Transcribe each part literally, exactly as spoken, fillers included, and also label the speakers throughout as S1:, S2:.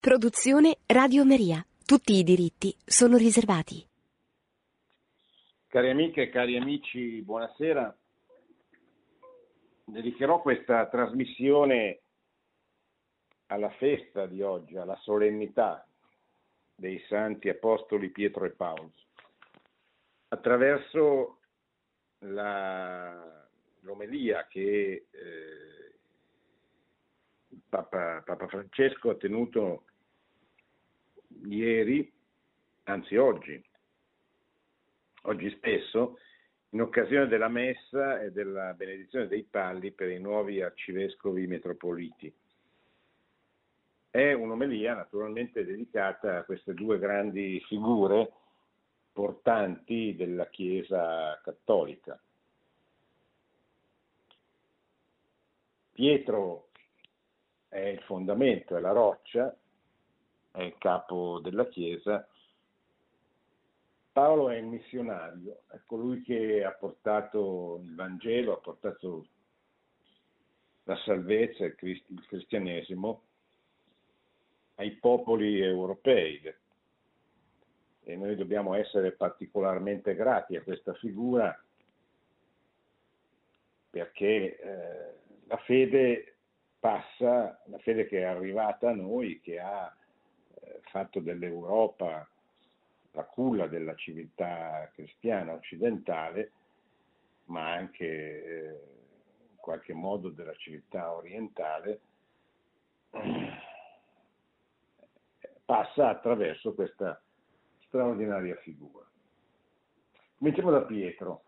S1: Produzione Radio Maria. Tutti i diritti sono riservati.
S2: Cari amiche e cari amici, buonasera. Dedicherò questa trasmissione alla festa di oggi, alla solennità dei santi apostoli Pietro e Paolo, attraverso la, l'omelia che eh, Papa, Papa Francesco ha tenuto ieri, anzi oggi, oggi stesso, in occasione della messa e della benedizione dei palli per i nuovi arcivescovi metropoliti. È un'omelia naturalmente dedicata a queste due grandi figure portanti della Chiesa cattolica. Pietro è il fondamento, è la roccia, è il capo della Chiesa. Paolo è il missionario, è colui che ha portato il Vangelo, ha portato la salvezza, il cristianesimo ai popoli europei, e noi dobbiamo essere particolarmente grati a questa figura perché eh, la fede passa, la fede che è arrivata a noi, che ha eh, fatto dell'Europa la culla della civiltà cristiana occidentale, ma anche eh, in qualche modo della civiltà orientale, passa attraverso questa straordinaria figura. Cominciamo da Pietro.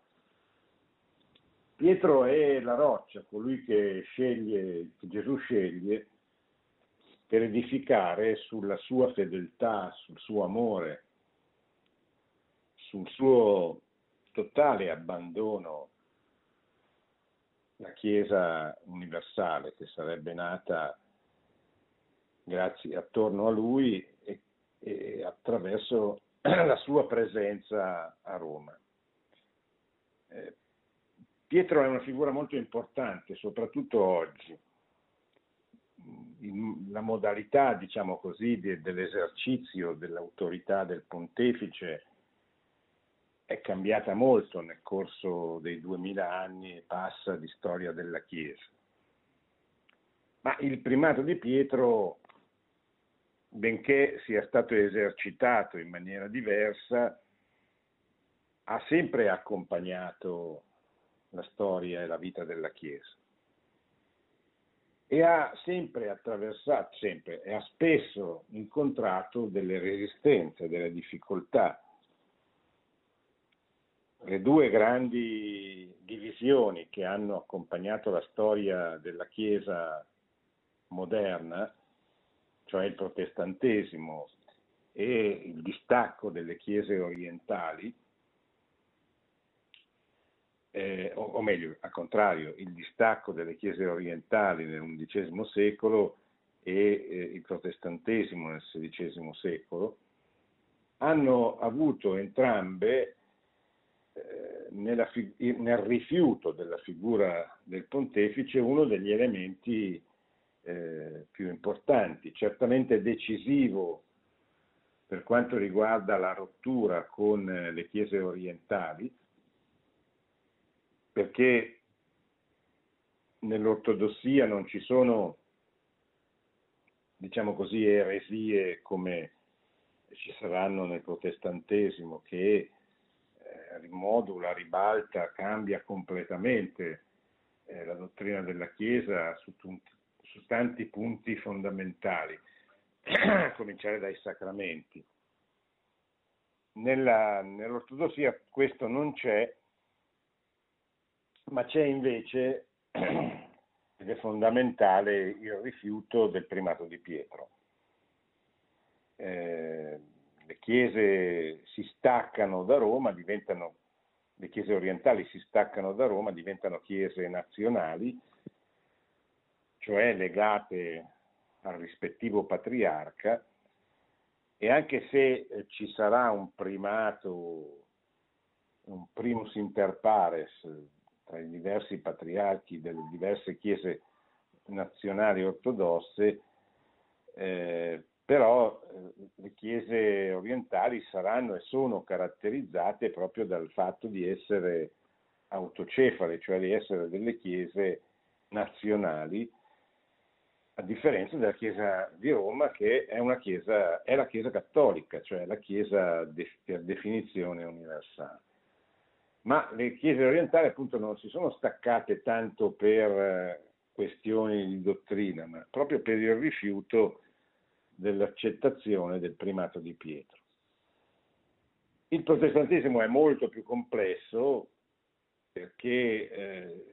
S2: Pietro è la roccia, colui che sceglie, che Gesù sceglie per edificare sulla sua fedeltà, sul suo amore, sul suo totale abbandono la Chiesa universale che sarebbe nata grazie attorno a lui e, e attraverso la sua presenza a Roma. Eh, Pietro è una figura molto importante, soprattutto oggi. La modalità, diciamo così, de, dell'esercizio dell'autorità del pontefice è cambiata molto nel corso dei duemila anni e passa di storia della Chiesa. Ma il primato di Pietro, benché sia stato esercitato in maniera diversa, ha sempre accompagnato la storia e la vita della Chiesa e ha sempre attraversato, sempre, e ha spesso incontrato delle resistenze, delle difficoltà. Le due grandi divisioni che hanno accompagnato la storia della Chiesa moderna, cioè il protestantesimo e il distacco delle chiese orientali, eh, o, o meglio, al contrario, il distacco delle chiese orientali nell'undicesimo secolo e eh, il protestantesimo nel sedicesimo secolo, hanno avuto entrambe eh, nella, nel rifiuto della figura del pontefice uno degli elementi eh, più importanti, certamente decisivo per quanto riguarda la rottura con le chiese orientali, perché nell'ortodossia non ci sono, diciamo così, eresie come ci saranno nel protestantesimo, che eh, rimodula, ribalta, cambia completamente eh, la dottrina della Chiesa su, su tanti punti fondamentali, a cominciare dai sacramenti. Nella, nell'ortodossia questo non c'è, ma c'è invece, ed è fondamentale, il rifiuto del primato di Pietro. Eh, le chiese si staccano da Roma, diventano, le chiese orientali si staccano da Roma, diventano chiese nazionali, cioè legate al rispettivo patriarca, e anche se eh, ci sarà un primato, un primus inter pares tra i diversi patriarchi delle diverse chiese nazionali ortodosse, eh, però eh, le chiese orientali saranno e sono caratterizzate proprio dal fatto di essere autocefale, cioè di essere delle chiese nazionali, a differenza della Chiesa di Roma, che è una chiesa, è la Chiesa cattolica, cioè la Chiesa de- per definizione universale. Ma le chiese orientali appunto non si sono staccate tanto per eh, questioni di dottrina, ma proprio per il rifiuto dell'accettazione del primato di Pietro. Il protestantesimo è molto più complesso perché eh,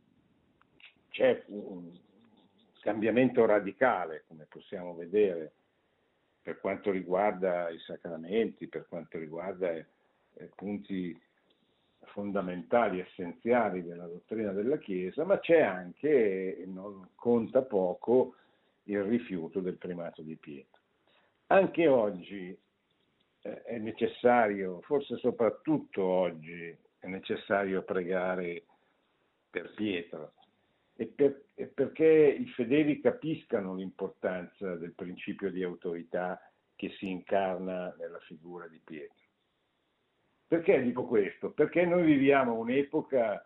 S2: c'è un cambiamento radicale, come possiamo vedere, per quanto riguarda i sacramenti, per quanto riguarda eh, punti fondamentali, essenziali della dottrina della Chiesa, ma c'è anche, e non conta poco, il rifiuto del primato di Pietro. Anche oggi eh, è necessario, forse soprattutto oggi, è necessario pregare per Pietro, e, per, e perché i fedeli capiscano l'importanza del principio di autorità che si incarna nella figura di Pietro. Perché dico questo? Perché noi viviamo un'epoca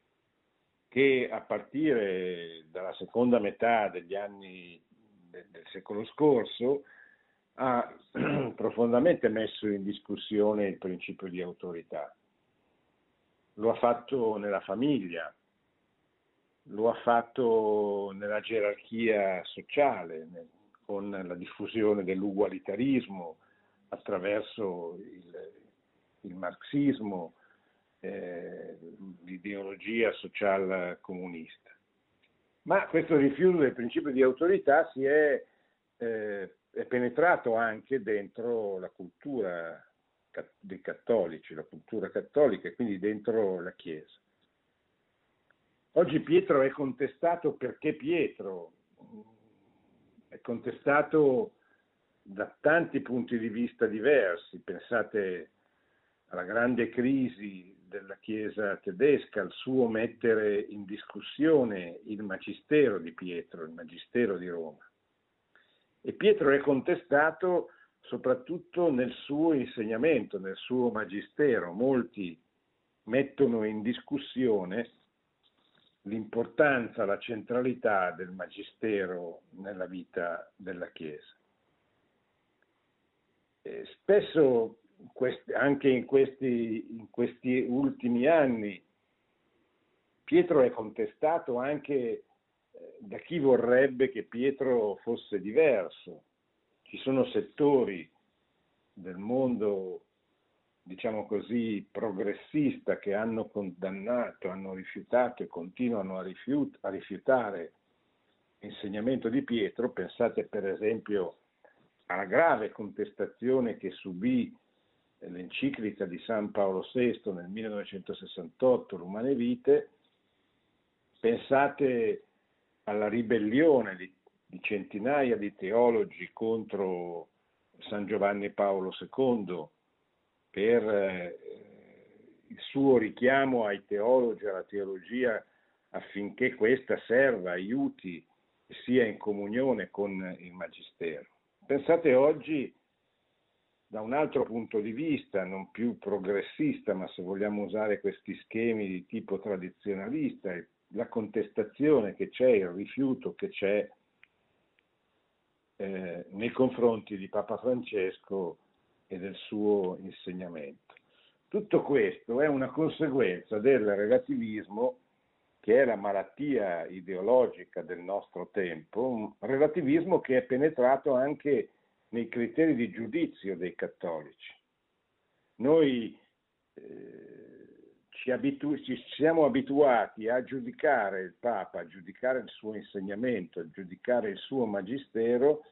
S2: che a partire dalla seconda metà degli anni del, del secolo scorso ha profondamente messo in discussione il principio di autorità. Lo ha fatto nella famiglia, lo ha fatto nella gerarchia sociale, con la diffusione dell'ugualitarismo attraverso il, il marxismo, eh, l'ideologia social comunista. Ma questo rifiuto del principio di autorità si è, eh, è penetrato anche dentro la cultura dei cattolici, la cultura cattolica e quindi dentro la Chiesa. Oggi Pietro è contestato perché Pietro è contestato da tanti punti di vista diversi. Pensate alla grande crisi della Chiesa tedesca, al suo mettere in discussione il magistero di Pietro, il magistero di Roma. E Pietro è contestato soprattutto nel suo insegnamento, nel suo magistero. Molti mettono in discussione l'importanza, la centralità del magistero nella vita della Chiesa. E spesso, anche in questi, in questi ultimi anni, Pietro è contestato anche da chi vorrebbe che Pietro fosse diverso. Ci sono settori del mondo, diciamo così, progressista che hanno condannato, hanno rifiutato e continuano a, rifiut- a rifiutare l'insegnamento di Pietro. Pensate per esempio alla grave contestazione che subì l'enciclica di San Paolo sesto nel millenovecentosessantotto, l'Umane Vitae. Pensate alla ribellione di, di centinaia di teologi contro San Giovanni Paolo secondo per eh, il suo richiamo ai teologi, alla teologia, affinché questa serva, aiuti e sia in comunione con il Magistero. Pensate oggi da un altro punto di vista, non più progressista, ma se vogliamo usare questi schemi di tipo tradizionalista, la contestazione che c'è, il rifiuto che c'è eh, nei confronti di Papa Francesco e del suo insegnamento. Tutto questo è una conseguenza del relativismo, che è la malattia ideologica del nostro tempo, un relativismo che è penetrato anche nei criteri di giudizio dei cattolici. Noi eh, ci, abitu- ci siamo abituati a giudicare il Papa, a giudicare il suo insegnamento, a giudicare il suo magistero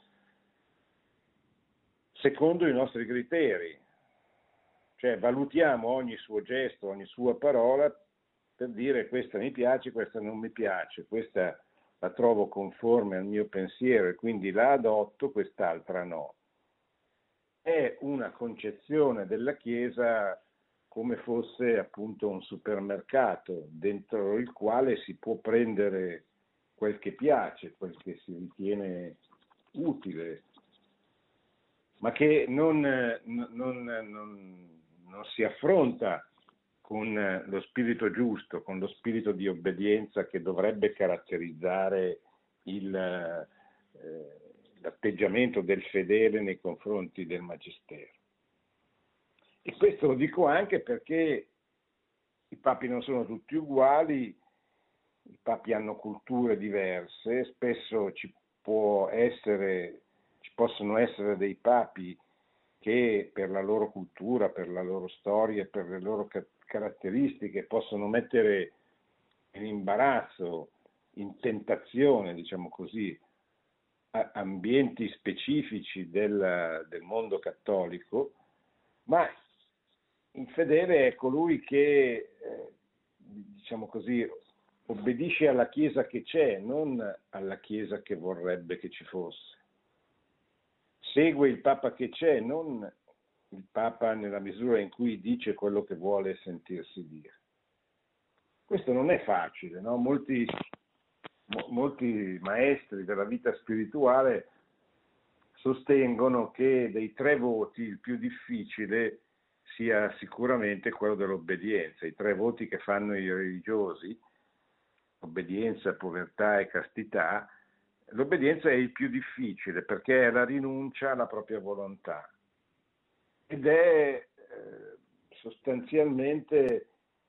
S2: secondo i nostri criteri, cioè valutiamo ogni suo gesto, ogni sua parola per dire questa mi piace, questa non mi piace, questa la trovo conforme al mio pensiero e quindi la adotto, quest'altra no. È una concezione della Chiesa come fosse appunto un supermercato dentro il quale si può prendere quel che piace, quel che si ritiene utile, ma che non, non, non, non si affronta con lo spirito giusto, con lo spirito di obbedienza che dovrebbe caratterizzare il, eh, l'atteggiamento del fedele nei confronti del magistero. E questo lo dico anche perché i papi non sono tutti uguali, i papi hanno culture diverse, spesso ci può essere, ci possono essere dei papi che per la loro cultura, per la loro storia, per le loro ca- caratteristiche possono mettere in imbarazzo, in tentazione, diciamo così, a- ambienti specifici del, del mondo cattolico, ma il fedele è colui che, eh, diciamo così, obbedisce alla Chiesa che c'è, non alla Chiesa che vorrebbe che ci fosse. Segue il Papa che c'è, non il Papa nella misura in cui dice quello che vuole sentirsi dire. Questo non è facile, no? Molti, mo- molti maestri della vita spirituale sostengono che dei tre voti il più difficile sia sicuramente quello dell'obbedienza. I tre voti che fanno i religiosi, obbedienza, povertà e castità, l'obbedienza è il più difficile perché è la rinuncia alla propria volontà ed è eh, sostanzialmente eh,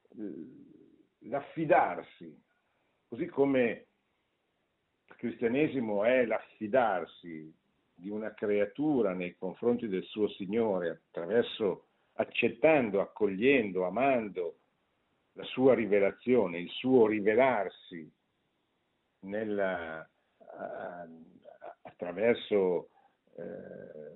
S2: l'affidarsi, così come il cristianesimo è l'affidarsi di una creatura nei confronti del suo Signore attraverso accettando, accogliendo, amando la sua rivelazione, il suo rivelarsi nella, attraverso eh,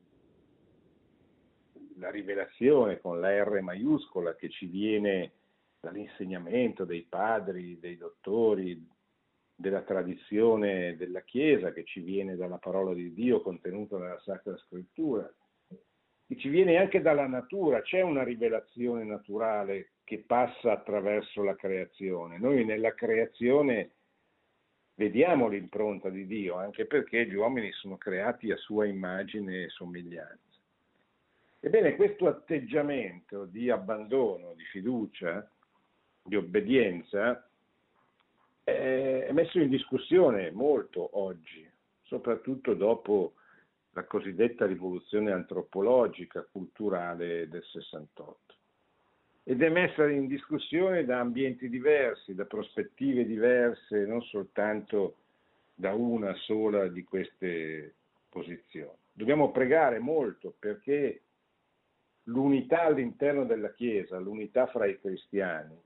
S2: la rivelazione con la R maiuscola che ci viene dall'insegnamento dei padri, dei dottori, della tradizione della Chiesa, che ci viene dalla parola di Dio contenuta nella Sacra Scrittura, che ci viene anche dalla natura. C'è una rivelazione naturale che passa attraverso la creazione. Noi nella creazione vediamo l'impronta di Dio, anche perché gli uomini sono creati a sua immagine e somiglianza. Ebbene, questo atteggiamento di abbandono, di fiducia, di obbedienza, è messo in discussione molto oggi, soprattutto dopo la cosiddetta rivoluzione antropologica, culturale del sessantotto. Ed è messa in discussione da ambienti diversi, da prospettive diverse, non soltanto da una sola di queste posizioni. Dobbiamo pregare molto perché l'unità all'interno della Chiesa, l'unità fra i cristiani,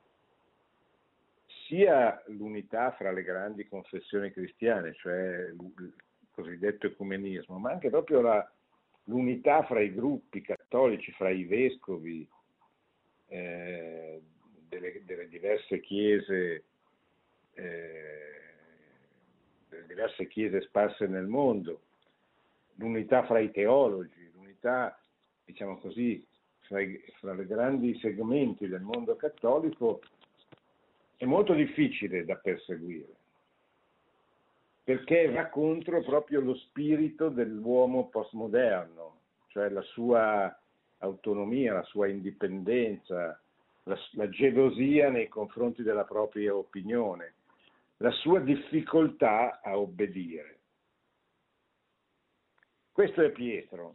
S2: sia l'unità fra le grandi confessioni cristiane, cioè il cosiddetto ecumenismo, ma anche proprio la, l'unità fra i gruppi cattolici, fra i vescovi eh, delle, delle diverse chiese, eh, delle diverse chiese sparse nel mondo, l'unità fra i teologi, l'unità, diciamo così, fra, i, fra i grandi segmenti del mondo cattolico, è molto difficile da perseguire, perché va contro proprio lo spirito dell'uomo postmoderno, cioè la sua autonomia, la sua indipendenza, la, la gelosia nei confronti della propria opinione, la sua difficoltà a obbedire. Questo è Pietro.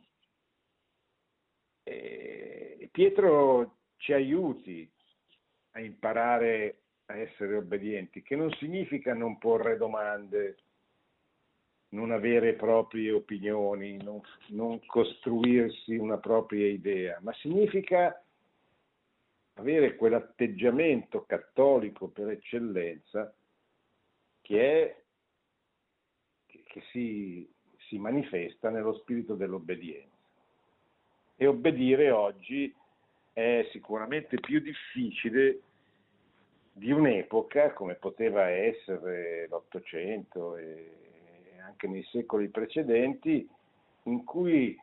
S2: E Pietro ci aiuti a imparare a essere obbedienti, che non significa non porre domande, non avere proprie opinioni, non, non costruirsi una propria idea, ma significa avere quell'atteggiamento cattolico per eccellenza che, è, che, che si, si manifesta nello spirito dell'obbedienza. E obbedire oggi è sicuramente più difficile di un'epoca come poteva essere l'Ottocento e anche nei secoli precedenti, in cui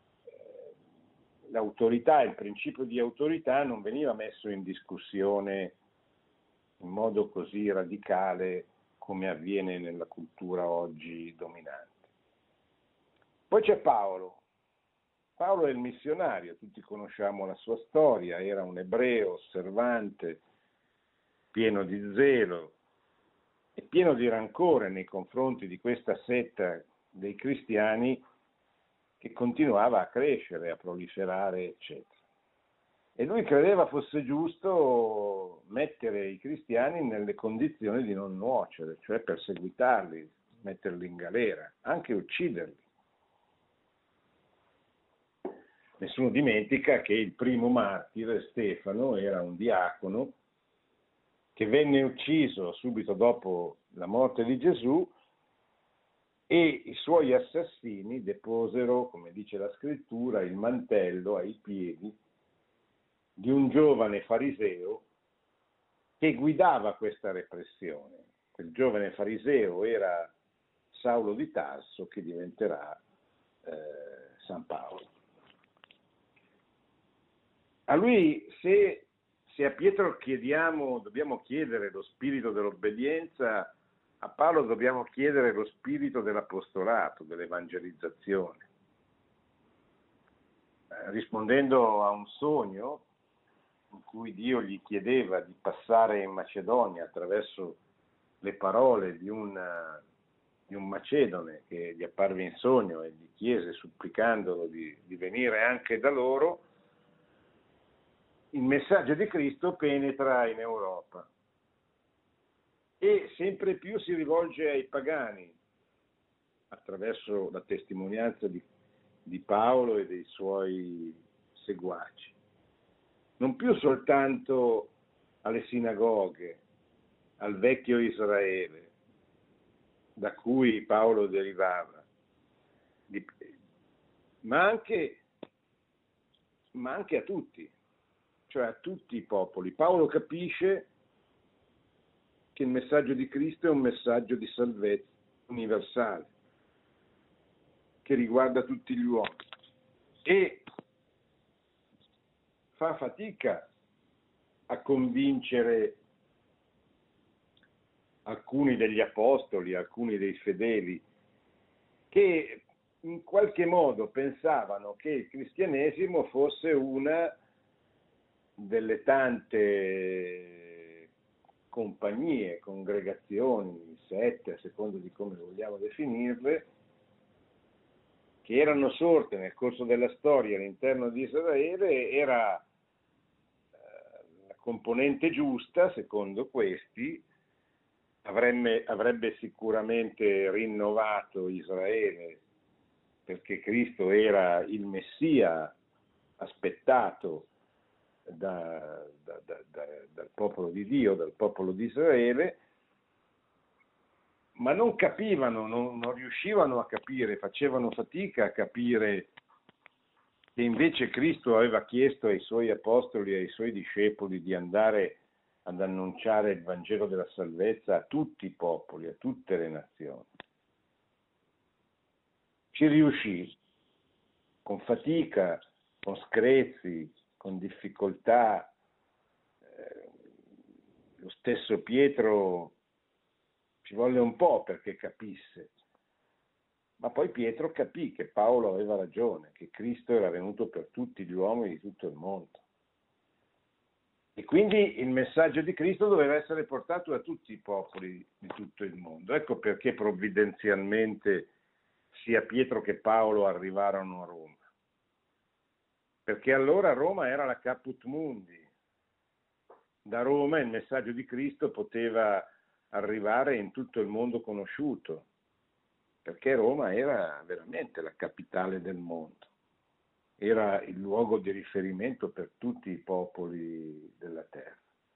S2: l'autorità, il principio di autorità non veniva messo in discussione in modo così radicale come avviene nella cultura oggi dominante. Poi c'è Paolo. Paolo è il missionario, tutti conosciamo la sua storia, era un ebreo osservante, pieno di zelo e pieno di rancore nei confronti di questa setta dei cristiani che continuava a crescere, a proliferare, eccetera. E lui credeva fosse giusto mettere i cristiani nelle condizioni di non nuocere, cioè perseguitarli, metterli in galera, anche ucciderli. Nessuno dimentica che il primo martire, Stefano, era un diacono che venne ucciso subito dopo la morte di Gesù e i suoi assassini deposero, come dice la scrittura, il mantello ai piedi di un giovane fariseo che guidava questa repressione. Quel giovane fariseo era Saulo di Tarso, che diventerà eh, San Paolo. A lui, se, se a Pietro chiediamo, dobbiamo chiedere lo spirito dell'obbedienza, a Paolo dobbiamo chiedere lo spirito dell'apostolato, dell'evangelizzazione. Eh, rispondendo a un sogno in cui Dio gli chiedeva di passare in Macedonia attraverso le parole di un, di un macedone che gli apparve in sogno e gli chiese, supplicandolo di, di venire anche da loro, il messaggio di Cristo penetra in Europa e sempre più si rivolge ai pagani attraverso la testimonianza di, di Paolo e dei suoi seguaci. Non più soltanto alle sinagoghe, al vecchio Israele, da cui Paolo derivava, ma anche, ma anche a tutti, cioè a tutti i popoli. Paolo capisce che il messaggio di Cristo è un messaggio di salvezza universale, che riguarda tutti gli uomini, e fa fatica a convincere alcuni degli apostoli, alcuni dei fedeli, che in qualche modo pensavano che il cristianesimo fosse una delle tante compagnie, congregazioni, sette, a seconda di come vogliamo definirle, che erano sorte nel corso della storia all'interno di Israele. Era la componente giusta, secondo questi, avrebbe, avrebbe sicuramente rinnovato Israele, perché Cristo era il Messia aspettato da, da, da, da, dal popolo di Dio, dal popolo di Israele, ma non capivano, non, non riuscivano a capire, facevano fatica a capire che invece Cristo aveva chiesto ai suoi apostoli e ai suoi discepoli di andare ad annunciare il Vangelo della salvezza a tutti i popoli, a tutte le nazioni. Ci riuscì con fatica, con screzi, con difficoltà. Eh, lo stesso Pietro ci volle un po' perché capisse, ma poi Pietro capì che Paolo aveva ragione, che Cristo era venuto per tutti gli uomini di tutto il mondo. E quindi il messaggio di Cristo doveva essere portato a tutti i popoli di tutto il mondo. Ecco perché provvidenzialmente sia Pietro che Paolo arrivarono a Roma. Perché allora Roma era la caput mundi. Da Roma il messaggio di Cristo poteva arrivare in tutto il mondo conosciuto, perché Roma era veramente la capitale del mondo. Era il luogo di riferimento per tutti i popoli della terra.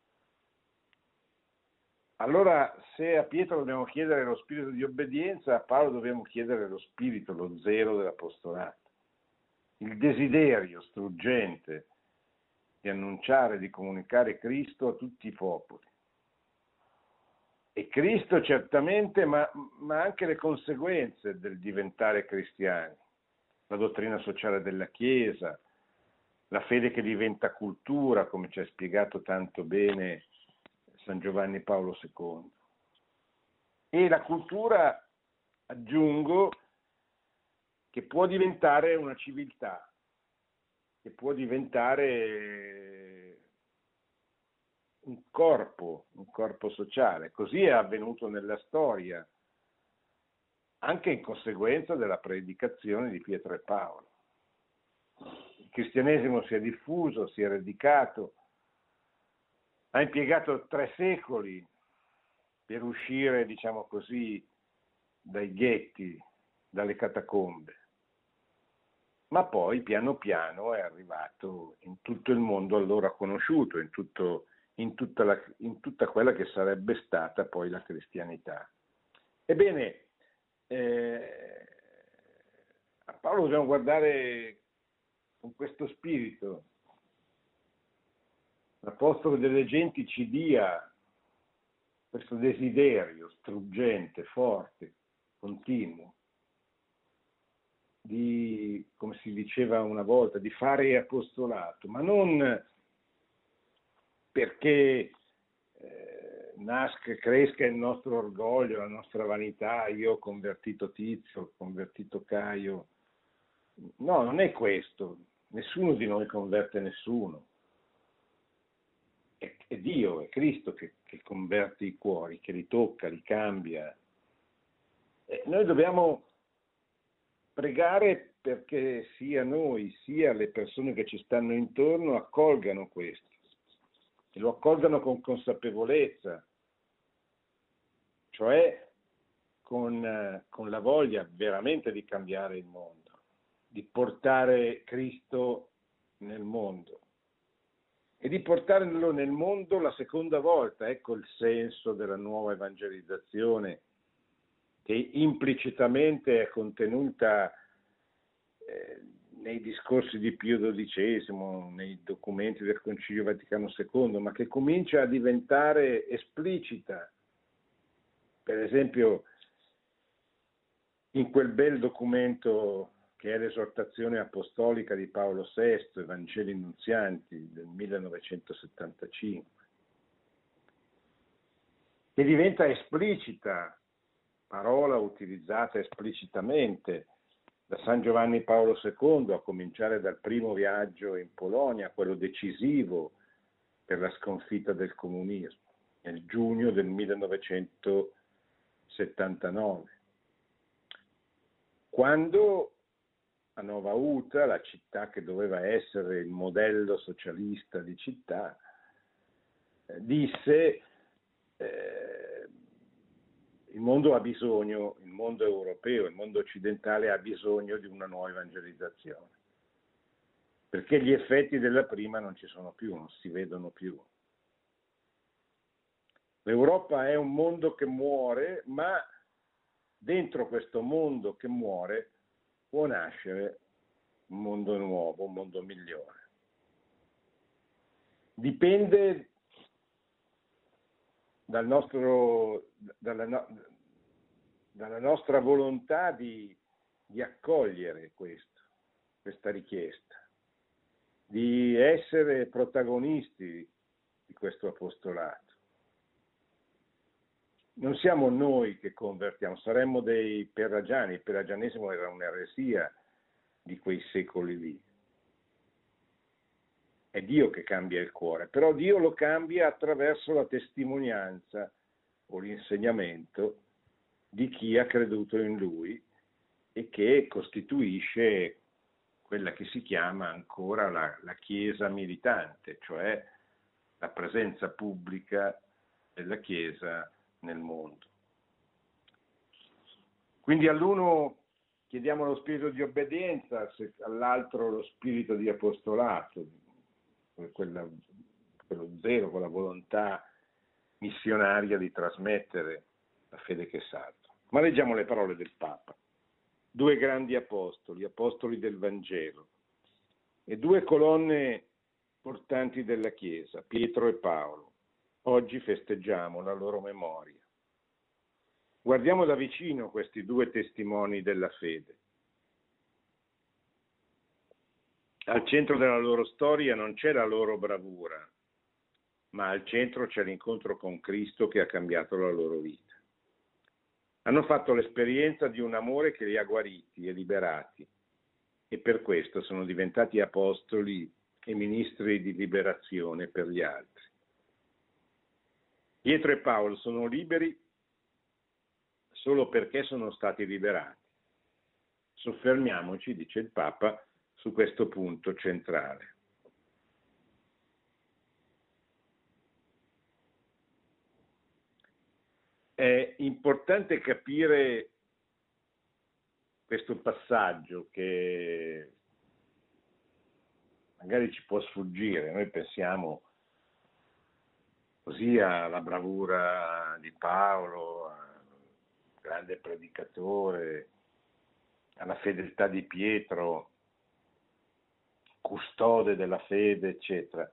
S2: Allora, se a Pietro dobbiamo chiedere lo spirito di obbedienza, a Paolo dobbiamo chiedere lo spirito, lo zelo dell'apostolato, il desiderio struggente di annunciare, di comunicare Cristo a tutti i popoli. E Cristo certamente, ma, ma anche le conseguenze del diventare cristiani. La dottrina sociale della Chiesa, la fede che diventa cultura, come ci ha spiegato tanto bene San Giovanni Paolo secondo. E la cultura, aggiungo, che può diventare una civiltà, che può diventare un corpo, un corpo sociale. Così è avvenuto nella storia, anche in conseguenza della predicazione di Pietro e Paolo. Il cristianesimo si è diffuso, si è radicato, ha impiegato tre secoli per uscire, diciamo così, dai ghetti, dalle catacombe, ma poi piano piano è arrivato in tutto il mondo allora conosciuto, in, tutto, in, tutta, la, in tutta quella che sarebbe stata poi la cristianità. Ebbene, eh, a Paolo dobbiamo guardare con questo spirito. L'Apostolo delle Genti ci dia questo desiderio struggente, forte, continuo, di, come si diceva una volta, di fare apostolato, ma non perché eh, nasca, cresca il nostro orgoglio, la nostra vanità, io ho convertito Tizio, ho convertito Caio. No, non è questo. Nessuno di noi converte nessuno. È, è Dio, è Cristo che, che converte i cuori, che li tocca, li cambia. E noi dobbiamo pregare perché sia noi, sia le persone che ci stanno intorno accolgano questo, e lo accolgano con consapevolezza, cioè con, con la voglia veramente di cambiare il mondo, di portare Cristo nel mondo e di portarlo nel mondo la seconda volta. Ecco il senso della nuova evangelizzazione, che implicitamente è contenuta eh, nei discorsi di Pio dodicesimo, nei documenti del Concilio Vaticano secondo, ma che comincia a diventare esplicita. Per esempio, in quel bel documento che è l'esortazione apostolica di Paolo sesto, Evangeli Nunzianti del millenovecentosettantacinque, che diventa esplicita, parola utilizzata esplicitamente da San Giovanni Paolo secondo, a cominciare dal primo viaggio in Polonia, quello decisivo per la sconfitta del comunismo, nel giugno del millenovecentosettantanove, quando a Nova Uta, la città che doveva essere il modello socialista di città, eh, disse eh, il mondo ha bisogno, il mondo europeo, il mondo occidentale ha bisogno di una nuova evangelizzazione, perché gli effetti della prima non ci sono più, non si vedono più. L'Europa è un mondo che muore, ma dentro questo mondo che muore può nascere un mondo nuovo, un mondo migliore. Dipende dal nostro, dalla, dalla nostra volontà di, di accogliere questo, questa richiesta, di essere protagonisti di questo apostolato. Non siamo noi che convertiamo, saremmo dei pelagiani, il pelagianesimo era un'eresia di quei secoli lì. È Dio che cambia il cuore, però Dio lo cambia attraverso la testimonianza o l'insegnamento di chi ha creduto in Lui e che costituisce quella che si chiama ancora la, la Chiesa militante, cioè la presenza pubblica della Chiesa nel mondo. Quindi all'uno chiediamo lo spirito di obbedienza, all'altro lo spirito di apostolato, quella, quello zero, con la volontà missionaria di trasmettere la fede che salva. Ma leggiamo le parole del Papa. Due grandi apostoli, apostoli del Vangelo, e due colonne portanti della Chiesa, Pietro e Paolo. Oggi festeggiamo la loro memoria. Guardiamo da vicino questi due testimoni della fede. Al centro della loro storia non c'è la loro bravura, ma al centro c'è l'incontro con Cristo che ha cambiato la loro vita. Hanno fatto l'esperienza di un amore che li ha guariti e liberati e per questo sono diventati apostoli e ministri di liberazione per gli altri. Pietro e Paolo sono liberi solo perché sono stati liberati. Soffermiamoci, dice il Papa, su questo punto centrale. È importante capire questo passaggio che magari ci può sfuggire. Noi pensiamo così alla bravura di Paolo, al grande predicatore, alla fedeltà di Pietro, custode della fede, eccetera.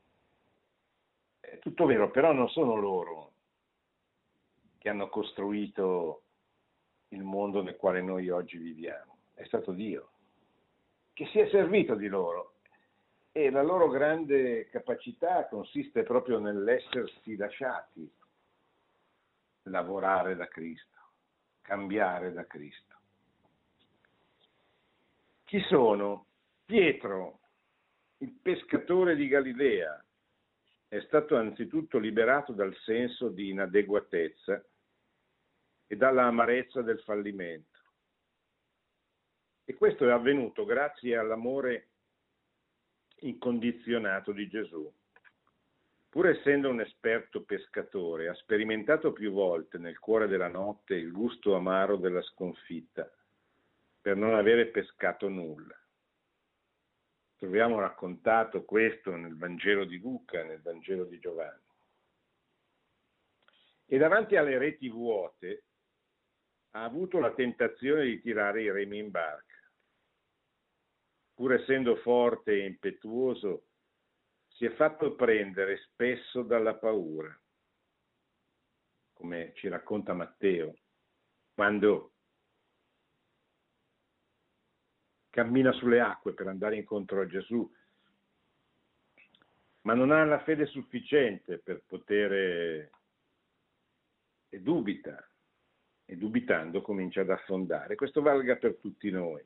S2: È tutto vero, però non sono loro che hanno costruito il mondo nel quale noi oggi viviamo. È stato Dio, che si è servito di loro. E la loro grande capacità consiste proprio nell'essersi lasciati lavorare da Cristo, cambiare da Cristo. Chi sono? Pietro, il pescatore di Galilea, è stato anzitutto liberato dal senso di inadeguatezza e dalla amarezza del fallimento. E questo è avvenuto grazie all'amore incondizionato di Gesù. Pur essendo un esperto pescatore, ha sperimentato più volte nel cuore della notte il gusto amaro della sconfitta per non avere pescato nulla. Troviamo raccontato questo nel Vangelo di Luca, nel Vangelo di Giovanni. E davanti alle reti vuote ha avuto la tentazione di tirare i remi in barca. Pur essendo forte e impetuoso, si è fatto prendere spesso dalla paura, come ci racconta Matteo, quando cammina sulle acque per andare incontro a Gesù, ma non ha la fede sufficiente per poter, e dubita, e dubitando comincia ad affondare. Questo valga per tutti noi.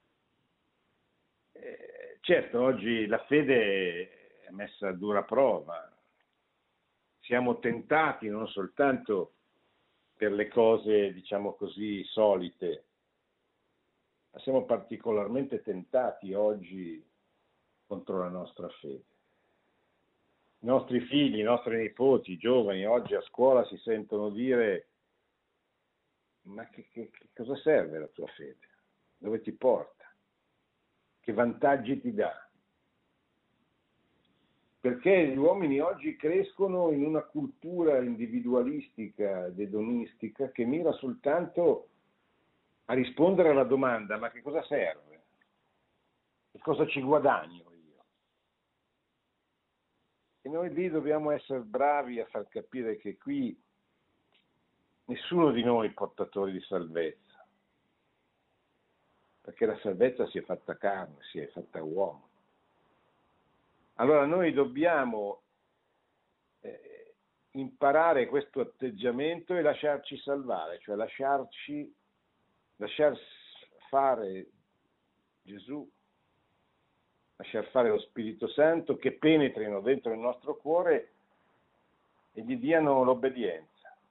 S2: Eh, certo, oggi la fede è messa a dura prova, siamo tentati non soltanto per le cose, diciamo così, solite, ma siamo particolarmente tentati oggi contro la nostra fede. I nostri figli, i nostri nipoti, i giovani oggi a scuola si sentono dire: ma che, che, che cosa serve la tua fede? Dove ti porta? Che vantaggi ti dà? Perché gli uomini oggi crescono in una cultura individualistica ed edonistica che mira soltanto a rispondere alla domanda: ma che cosa serve? Che cosa ci guadagno io? E noi lì dobbiamo essere bravi a far capire che qui nessuno di noi è portatore di salvezza, perché la salvezza si è fatta carne, si è fatta uomo. Allora noi dobbiamo eh, imparare questo atteggiamento e lasciarci salvare, cioè lasciarci, lasciar fare Gesù, lasciar fare lo Spirito Santo, che penetrino dentro il nostro cuore e gli diano l'obbedienza.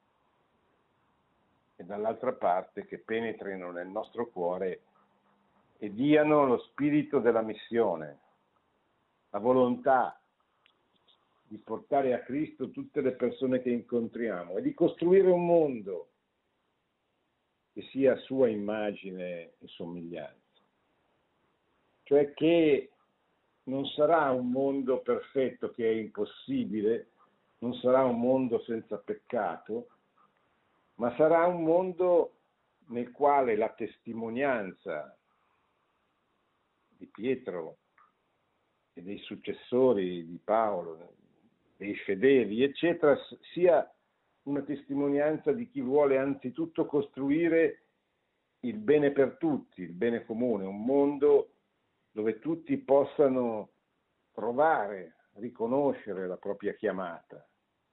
S2: E dall'altra parte che penetrino nel nostro cuore e diano lo spirito della missione, la volontà di portare a Cristo tutte le persone che incontriamo e di costruire un mondo che sia a sua immagine e somiglianza. Cioè che non sarà un mondo perfetto, che è impossibile, non sarà un mondo senza peccato, ma sarà un mondo nel quale la testimonianza di Pietro e dei successori di Paolo, dei fedeli, eccetera, sia una testimonianza di chi vuole anzitutto costruire il bene per tutti, il bene comune, un mondo dove tutti possano trovare, riconoscere la propria chiamata.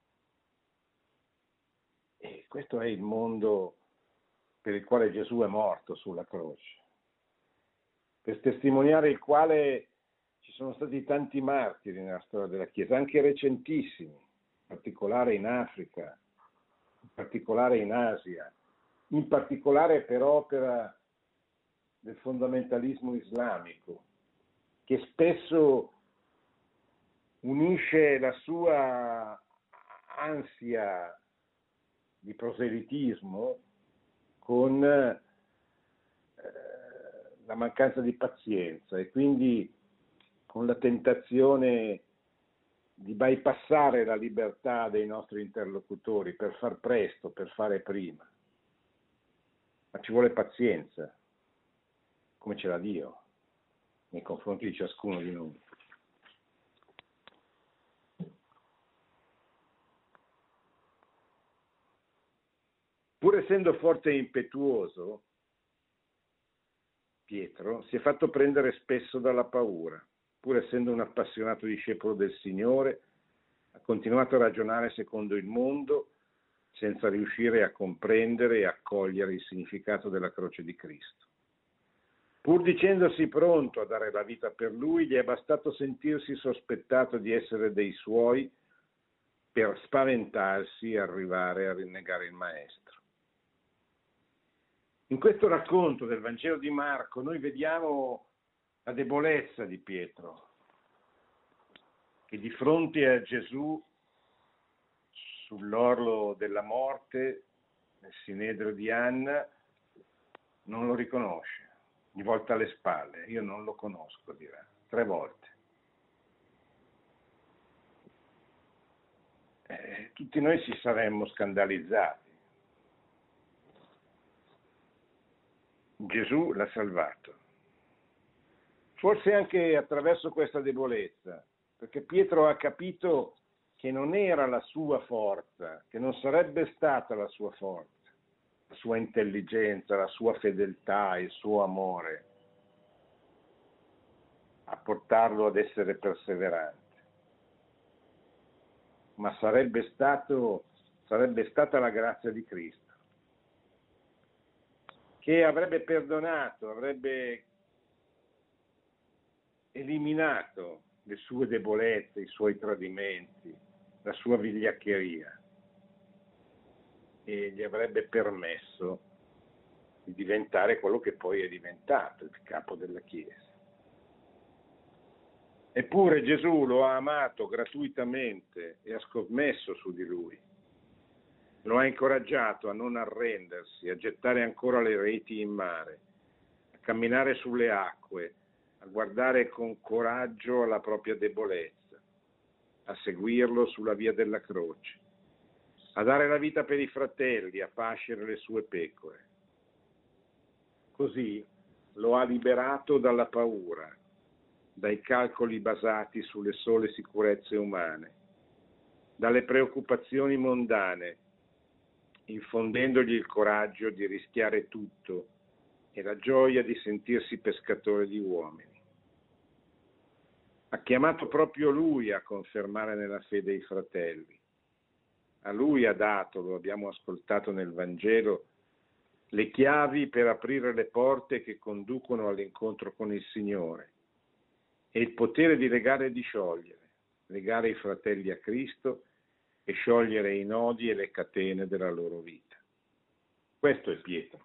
S2: E questo è il mondo per il quale Gesù è morto sulla croce. per testimoniare il quale ci sono stati tanti martiri nella storia della Chiesa, anche recentissimi, in particolare in Africa, in particolare in Asia, in particolare per opera del fondamentalismo islamico, che spesso unisce la sua ansia di proselitismo con eh, la mancanza di pazienza e quindi con la tentazione di bypassare la libertà dei nostri interlocutori per far presto, per fare prima. Ma ci vuole pazienza, come ce l'ha Dio, nei confronti di ciascuno di noi. Pur essendo forte e impetuoso, Pietro si è fatto prendere spesso dalla paura. Pur essendo un appassionato discepolo del Signore, ha continuato a ragionare secondo il mondo, senza riuscire a comprendere e accogliere il significato della croce di Cristo. Pur dicendosi pronto a dare la vita per Lui, gli è bastato sentirsi sospettato di essere dei Suoi per spaventarsi e arrivare a rinnegare il Maestro. In questo racconto del Vangelo di Marco noi vediamo la debolezza di Pietro, che di fronte a Gesù sull'orlo della morte, nel sinedrio di Anna, non lo riconosce, gli volta le spalle, io non lo conosco, dirà, tre volte. Eh, tutti noi ci saremmo scandalizzati. Gesù l'ha salvato. Forse anche attraverso questa debolezza, perché Pietro ha capito che non era la sua forza, che non sarebbe stata la sua forza, la sua intelligenza, la sua fedeltà, il suo amore a portarlo ad essere perseverante, ma sarebbe stato, sarebbe stata la grazia di Cristo, che avrebbe perdonato, avrebbe eliminato le sue debolezze, i suoi tradimenti, la sua vigliaccheria e gli avrebbe permesso di diventare quello che poi è diventato, il capo della Chiesa. Eppure Gesù lo ha amato gratuitamente e ha scommesso su di lui. Lo ha incoraggiato a non arrendersi, a gettare ancora le reti in mare, a camminare sulle acque, a guardare con coraggio alla propria debolezza, a seguirlo sulla via della croce, a dare la vita per i fratelli, a pascere le sue pecore. Così lo ha liberato dalla paura, dai calcoli basati sulle sole sicurezze umane, dalle preoccupazioni mondane, infondendogli il coraggio di rischiare tutto e la gioia di sentirsi pescatore di uomini. Ha chiamato proprio lui a confermare nella fede i fratelli. A lui ha dato, lo abbiamo ascoltato nel Vangelo, le chiavi per aprire le porte che conducono all'incontro con il Signore e il potere di legare e di sciogliere, legare i fratelli a Cristo e sciogliere i nodi e le catene della loro vita. Questo è Pietro.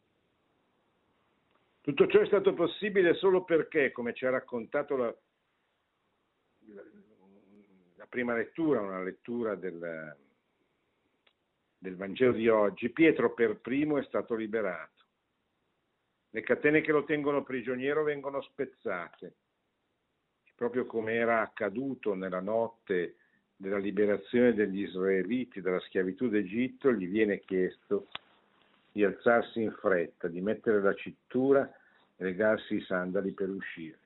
S2: Tutto ciò è stato possibile solo perché, come ci ha raccontato la, la, la prima lettura, una lettura del, del Vangelo di oggi, Pietro per primo è stato liberato. Le catene che lo tengono prigioniero vengono spezzate, proprio come era accaduto nella notte della liberazione degli israeliti dalla schiavitù d'Egitto. Gli viene chiesto di alzarsi in fretta, di mettere la cintura e legarsi i sandali per uscire.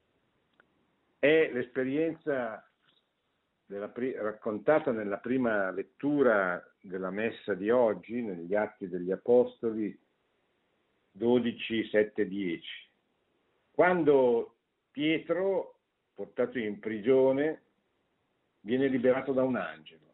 S2: È l'esperienza della, raccontata nella prima lettura della messa di oggi, negli Atti degli Apostoli dodici, sette, dieci, quando Pietro, portato in prigione, viene liberato da un angelo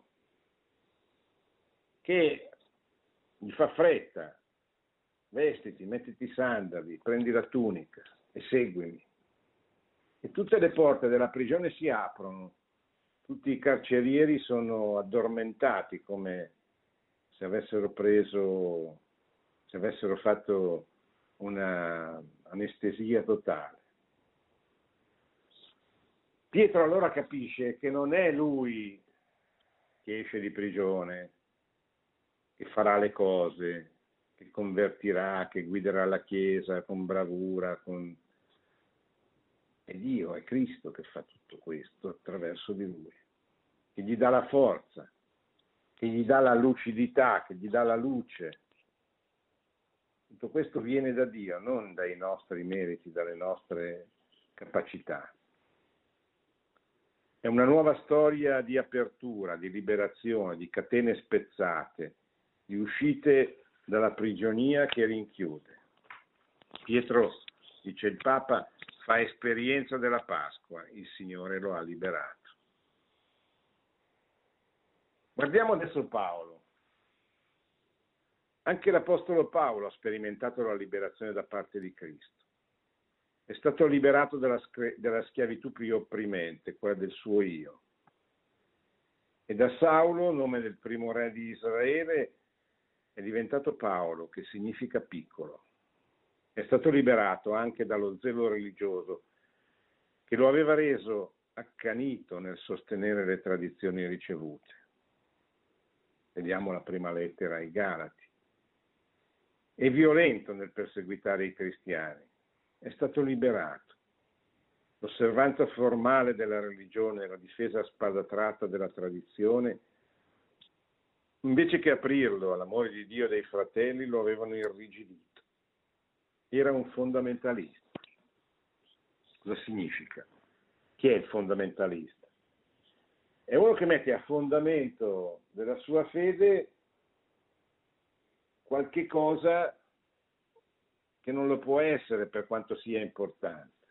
S2: che gli fa fretta: vestiti, mettiti i sandali, prendi la tunica. e seguimi. E tutte le porte della prigione si aprono, tutti i carcerieri sono addormentati come se avessero preso, se avessero fatto una anestesia totale. Pietro allora capisce che non è lui che esce di prigione, che farà le cose, che convertirà, che guiderà la Chiesa con bravura, con... è Dio, è Cristo che fa tutto questo attraverso di lui, che gli dà la forza, che gli dà la lucidità, che gli dà la luce. Tutto questo viene da Dio, non dai nostri meriti, dalle nostre capacità. È una nuova storia di apertura, di liberazione, di catene spezzate, di uscite dalla prigionia che rinchiude. Pietro, dice il Papa, fa esperienza della Pasqua, il Signore lo ha liberato. Guardiamo adesso Paolo. Anche l'Apostolo Paolo ha sperimentato la liberazione da parte di Cristo. È stato liberato dalla, dalla schiavitù più opprimente, quella del suo io. E da Saulo, nome del primo re di Israele, è diventato Paolo, che significa piccolo. È stato liberato anche dallo zelo religioso, che lo aveva reso accanito nel sostenere le tradizioni ricevute. Vediamo la prima lettera ai Galati. È violento nel perseguitare i cristiani. È stato liberato. L'osservanza formale della religione e la difesa a spada tratta della tradizione, invece che aprirlo all'amore di Dio e dei fratelli, lo avevano irrigidito. Era un fondamentalista. Cosa significa? Chi è il fondamentalista? È uno che mette a fondamento della sua fede qualche cosa che non lo può essere per quanto sia importante.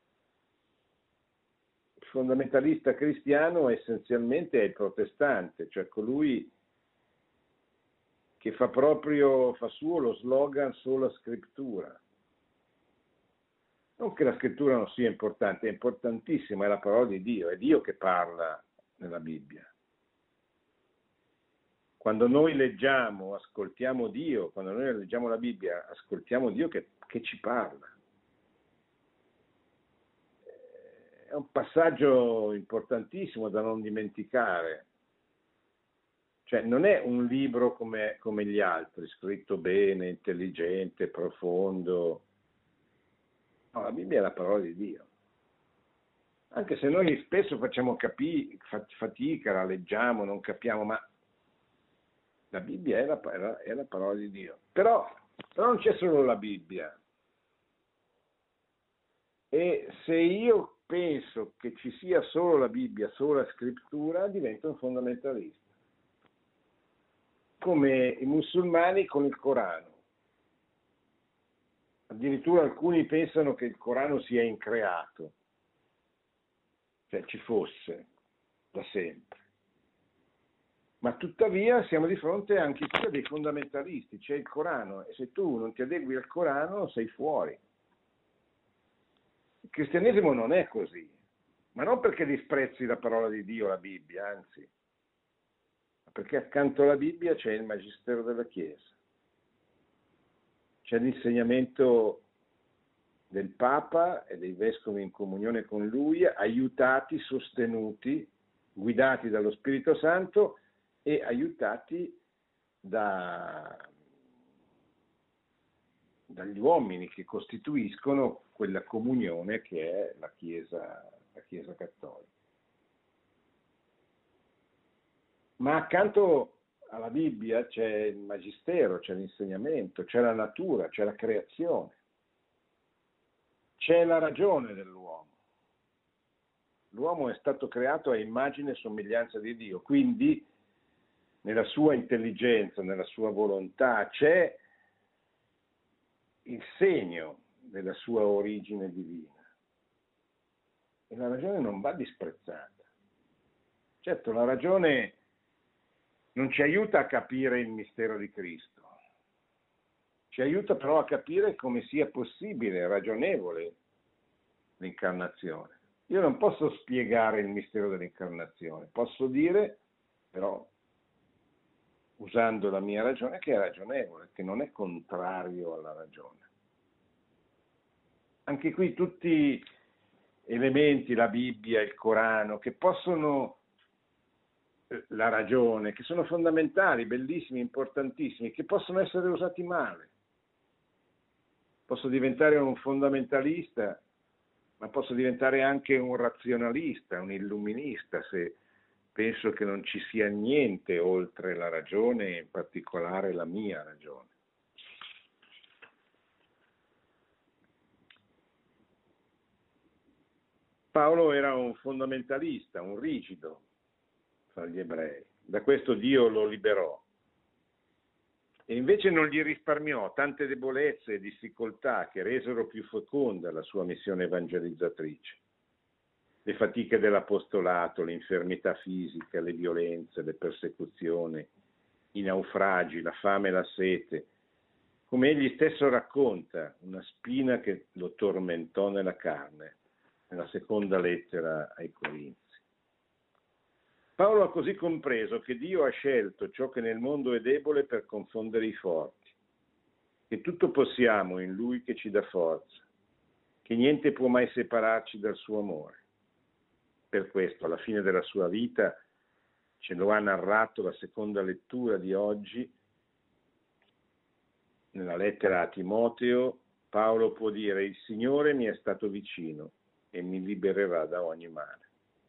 S2: Il fondamentalista cristiano essenzialmente è il protestante, cioè colui che fa proprio, fa suo lo slogan sola scrittura. Non che la scrittura non sia importante, è importantissima, è la parola di Dio, è Dio che parla nella Bibbia. Quando noi leggiamo, ascoltiamo Dio, quando noi leggiamo la Bibbia, ascoltiamo Dio che, che ci parla. È un passaggio importantissimo da non dimenticare. Cioè non è un libro come, come gli altri, scritto bene, intelligente, profondo. No, la Bibbia è la parola di Dio. Anche se noi spesso facciamo capi, fatica, la leggiamo, non capiamo, ma la Bibbia è la, è la parola di Dio. Però, però non c'è solo la Bibbia. E se io penso che ci sia solo la Bibbia, solo la scrittura, divento un fondamentalista. Come i musulmani con il Corano. Addirittura alcuni pensano che il Corano sia increato, cioè ci fosse da sempre. Ma tuttavia siamo di fronte anche qui a dei fondamentalisti, c'è il Corano e se tu non ti adegui al Corano sei fuori. Il cristianesimo non è così, ma non perché disprezzi la parola di Dio, la Bibbia, anzi, ma perché accanto alla Bibbia c'è il magistero della Chiesa, c'è l'insegnamento del Papa e dei vescovi in comunione con lui, aiutati, sostenuti, guidati dallo Spirito Santo e aiutati da, dagli uomini che costituiscono quella comunione che è la Chiesa, la Chiesa Cattolica. Ma accanto alla Bibbia c'è il magistero, c'è l'insegnamento, c'è la natura, c'è la creazione, c'è la ragione dell'uomo. L'uomo è stato creato a immagine e somiglianza di Dio, quindi nella sua intelligenza, nella sua volontà c'è il segno della sua origine divina. E la ragione non va disprezzata. Certo, la ragione non ci aiuta a capire il mistero di Cristo, ci aiuta però a capire come sia possibile, ragionevole, l'incarnazione. Io non posso spiegare il mistero dell'incarnazione, posso dire, però, usando la mia ragione, che è ragionevole, che non è contrario alla ragione. Anche qui tutti elementi, la Bibbia, il Corano, che possono, la ragione, che sono fondamentali, bellissimi, importantissimi, che possono essere usati male. Posso diventare un fondamentalista, ma posso diventare anche un razionalista, un illuminista, se penso che non ci sia niente oltre la ragione, in particolare la mia ragione. Paolo era un fondamentalista, un rigido fra gli ebrei. Da questo Dio lo liberò. E invece non gli risparmiò tante debolezze e difficoltà che resero più feconda la sua missione evangelizzatrice. Le fatiche dell'apostolato, l'infermità fisica, le violenze, le persecuzioni, i naufragi, la fame e la sete. Come egli stesso racconta, una spina che lo tormentò nella carne, nella seconda lettera ai Corinzi. Paolo ha così compreso che Dio ha scelto ciò che nel mondo è debole per confondere i forti, che tutto possiamo in Lui che ci dà forza, che niente può mai separarci dal suo amore. Per questo, alla fine della sua vita, ce lo ha narrato la seconda lettura di oggi, nella lettera a Timoteo, Paolo può dire: il Signore mi è stato vicino e mi libererà da ogni male.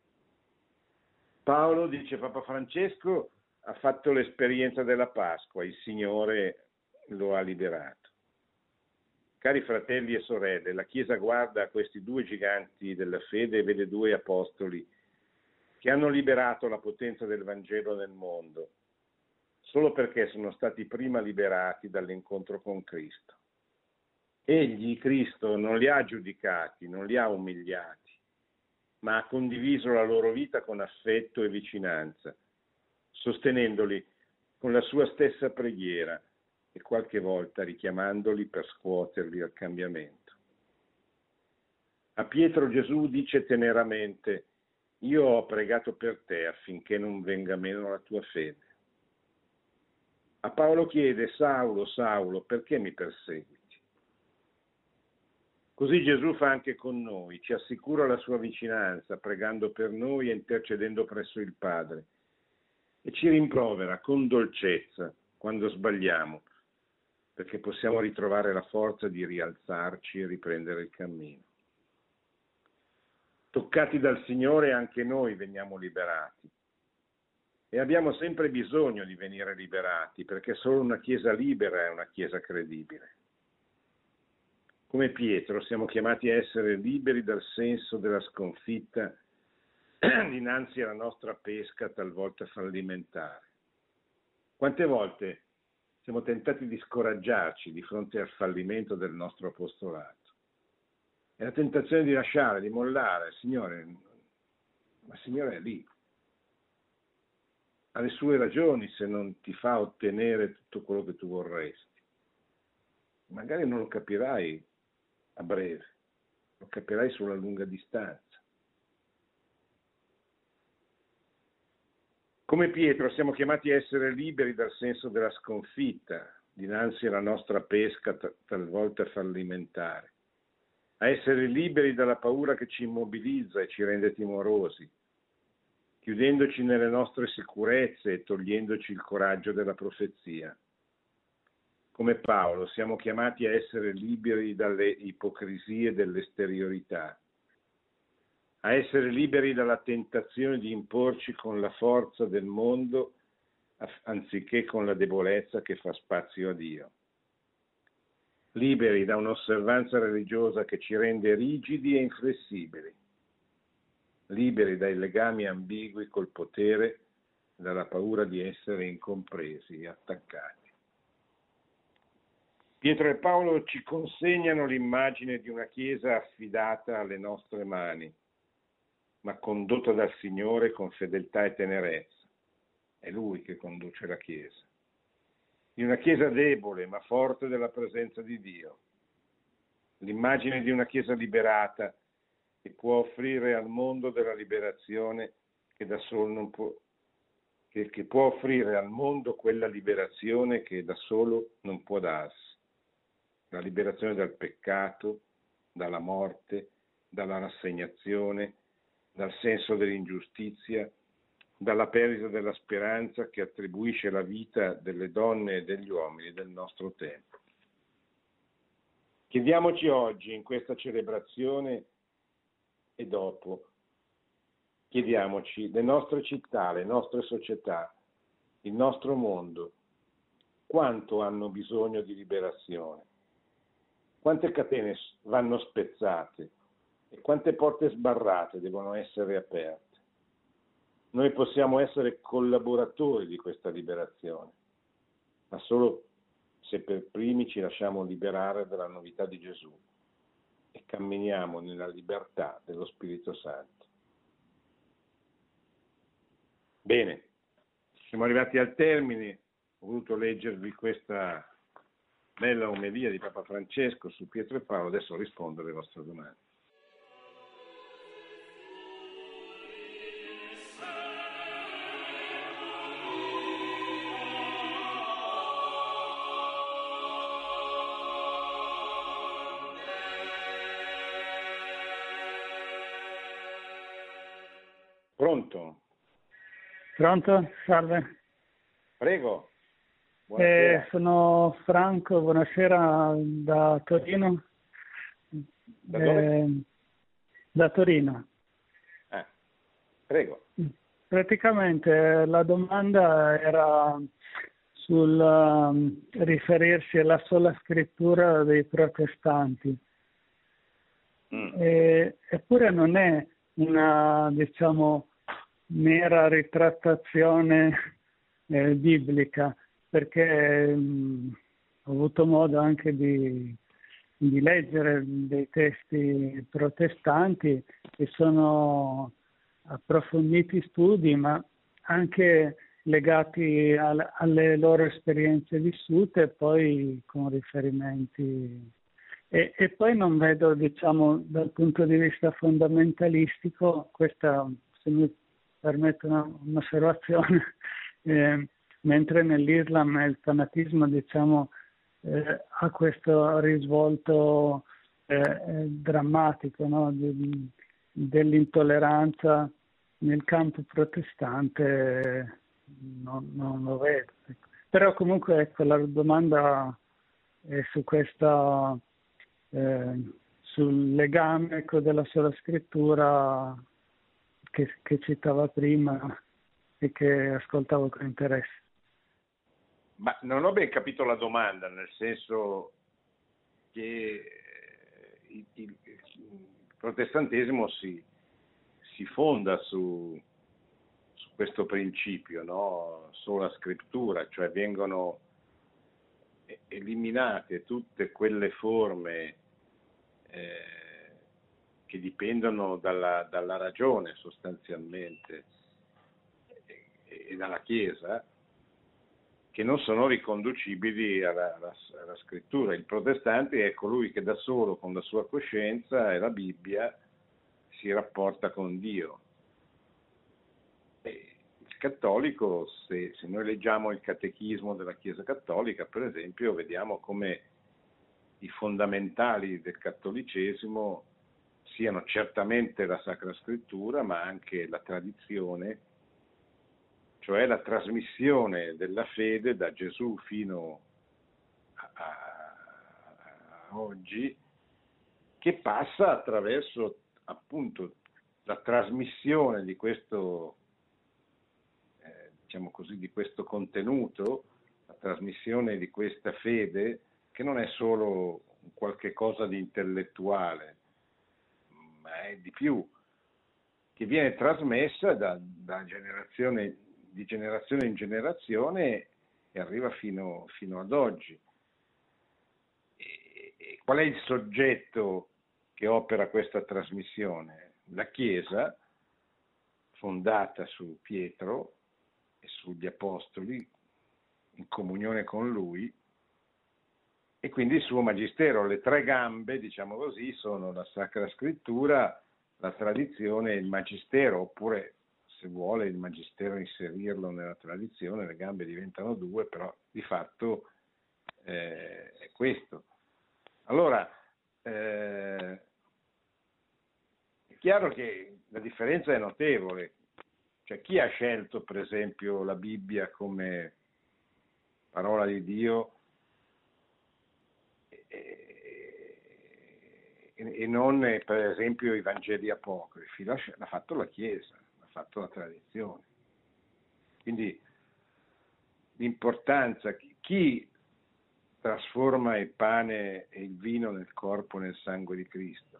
S2: Paolo, dice Papa Francesco, ha fatto l'esperienza della Pasqua, il Signore lo ha liberato. Cari fratelli e sorelle, la Chiesa guarda a questi due giganti della fede e vede due apostoli che hanno liberato la potenza del Vangelo nel mondo, solo perché sono stati prima liberati dall'incontro con Cristo. Egli, Cristo, non li ha giudicati, non li ha umiliati, ma ha condiviso la loro vita con affetto e vicinanza, sostenendoli con la sua stessa preghiera e qualche volta richiamandoli per scuoterli al cambiamento. A Pietro Gesù dice teneramente: io ho pregato per te affinché non venga meno la tua fede. A Paolo chiede: Saulo, Saulo, perché mi perseguiti? Così Gesù fa anche con noi, ci assicura la sua vicinanza, pregando per noi e intercedendo presso il Padre, e ci rimprovera con dolcezza quando sbagliamo, perché possiamo ritrovare la forza di rialzarci e riprendere il cammino. Toccati dal Signore anche noi veniamo liberati, e abbiamo sempre bisogno di venire liberati, perché solo una Chiesa libera è una Chiesa credibile. Come Pietro siamo chiamati a essere liberi dal senso della sconfitta dinanzi alla nostra pesca talvolta fallimentare. Quante volte siamo tentati di scoraggiarci di fronte al fallimento del nostro apostolato? E la tentazione di lasciare, di mollare, Signore, ma il Signore è lì. Ha le sue ragioni se non ti fa ottenere tutto quello che tu vorresti. Magari non lo capirai a breve, lo capirai sulla lunga distanza. Come Pietro siamo chiamati a essere liberi dal senso della sconfitta dinanzi alla nostra pesca t- talvolta fallimentare, a essere liberi dalla paura che ci immobilizza e ci rende timorosi, chiudendoci nelle nostre sicurezze e togliendoci il coraggio della profezia. Come Paolo siamo chiamati a essere liberi dalle ipocrisie dell'esteriorità, a essere liberi dalla tentazione di imporci con la forza del mondo anziché con la debolezza che fa spazio a Dio. Liberi da un'osservanza religiosa che ci rende rigidi e inflessibili, liberi dai legami ambigui col potere e dalla paura di essere incompresi e attaccati. Pietro e Paolo ci consegnano l'immagine di una Chiesa affidata alle nostre mani, ma condotta dal Signore con fedeltà e tenerezza. È Lui che conduce la Chiesa. Di una Chiesa debole, ma forte della presenza di Dio. L'immagine di una Chiesa liberata che può offrire al mondo della liberazione che da solo non può, che, che può offrire al mondo quella liberazione che da solo non può darsi, la liberazione dal peccato, dalla morte, dalla rassegnazione, dal senso dell'ingiustizia, dalla perdita della speranza che attribuisce la vita delle donne e degli uomini del nostro tempo. Chiediamoci oggi, in questa celebrazione e dopo, chiediamoci, le nostre città, le nostre società, il nostro mondo, quanto hanno bisogno di liberazione, quante catene vanno spezzate e quante porte sbarrate devono essere aperte. Noi possiamo essere collaboratori di questa liberazione, ma solo se per primi ci lasciamo liberare dalla novità di Gesù e camminiamo nella libertà dello Spirito Santo. Bene, siamo arrivati al termine, ho voluto leggervi questa bella omelia di Papa Francesco su Pietro e Paolo, adesso rispondo alle vostre domande. Pronto?
S3: Pronto? Salve.
S2: Prego.
S3: Eh, sono Franco, buonasera, da Torino.
S2: Da dove?
S3: Eh, da Torino.
S2: Ah, prego.
S3: Praticamente la domanda era sul um, riferirsi alla sola scrittura dei protestanti. Mm. E, eppure non è una, diciamo, mera ritrattazione eh, biblica, perché mh, ho avuto modo anche di, di leggere dei testi protestanti che sono approfonditi studi, ma anche legati al, alle loro esperienze vissute, poi con riferimenti. E, e poi non vedo, diciamo, dal punto di vista fondamentalistico, questa, se mi permette una, un'osservazione, eh, mentre nell'Islam il fanatismo, diciamo, eh, ha questo risvolto eh, eh, drammatico, no? De, dell'intolleranza, nel campo protestante eh, non, non lo vedo. Ecco. Però comunque ecco, la domanda è su questa, eh, sul legame, ecco, della sola scrittura che, che citava prima e che ascoltavo con interesse.
S2: Ma non ho ben capito la domanda, nel senso che il, il, il protestantesimo si, si fonda su, su questo principio, no? Sola scrittura, cioè vengono eliminate tutte quelle forme eh, che dipendono dalla, dalla ragione sostanzialmente e, e dalla Chiesa, che non sono riconducibili alla, alla, alla scrittura. Il protestante è colui che da solo, con la sua coscienza e la Bibbia, si rapporta con Dio. E il cattolico, se, se noi leggiamo il catechismo della Chiesa cattolica, per esempio, vediamo come i fondamentali del cattolicesimo siano certamente la Sacra Scrittura, ma anche la tradizione, cioè la trasmissione della fede da Gesù fino a, a, a oggi, che passa attraverso appunto la trasmissione di questo, eh, diciamo così, di questo contenuto, la trasmissione di questa fede, che non è solo qualche cosa di intellettuale, ma è di più, che viene trasmessa da, da generazione di generazione in generazione e arriva fino, fino ad oggi. E, e qual è il soggetto che opera questa trasmissione? La Chiesa, fondata su Pietro e sugli Apostoli, in comunione con lui, e quindi il suo magistero. Le tre gambe, diciamo così, sono la Sacra Scrittura, la tradizione e il magistero, oppure se vuole il magistero inserirlo nella tradizione, le gambe diventano due, però di fatto eh, è questo. Allora, eh, è chiaro che la differenza è notevole. Cioè, chi ha scelto, per esempio, la Bibbia come parola di Dio e, e non, per esempio, i Vangeli apocrifi? L'ha, l'ha fatto la Chiesa, l'ha fatto la tradizione. Quindi l'importanza, chi trasforma il pane e il vino nel corpo e nel sangue di Cristo?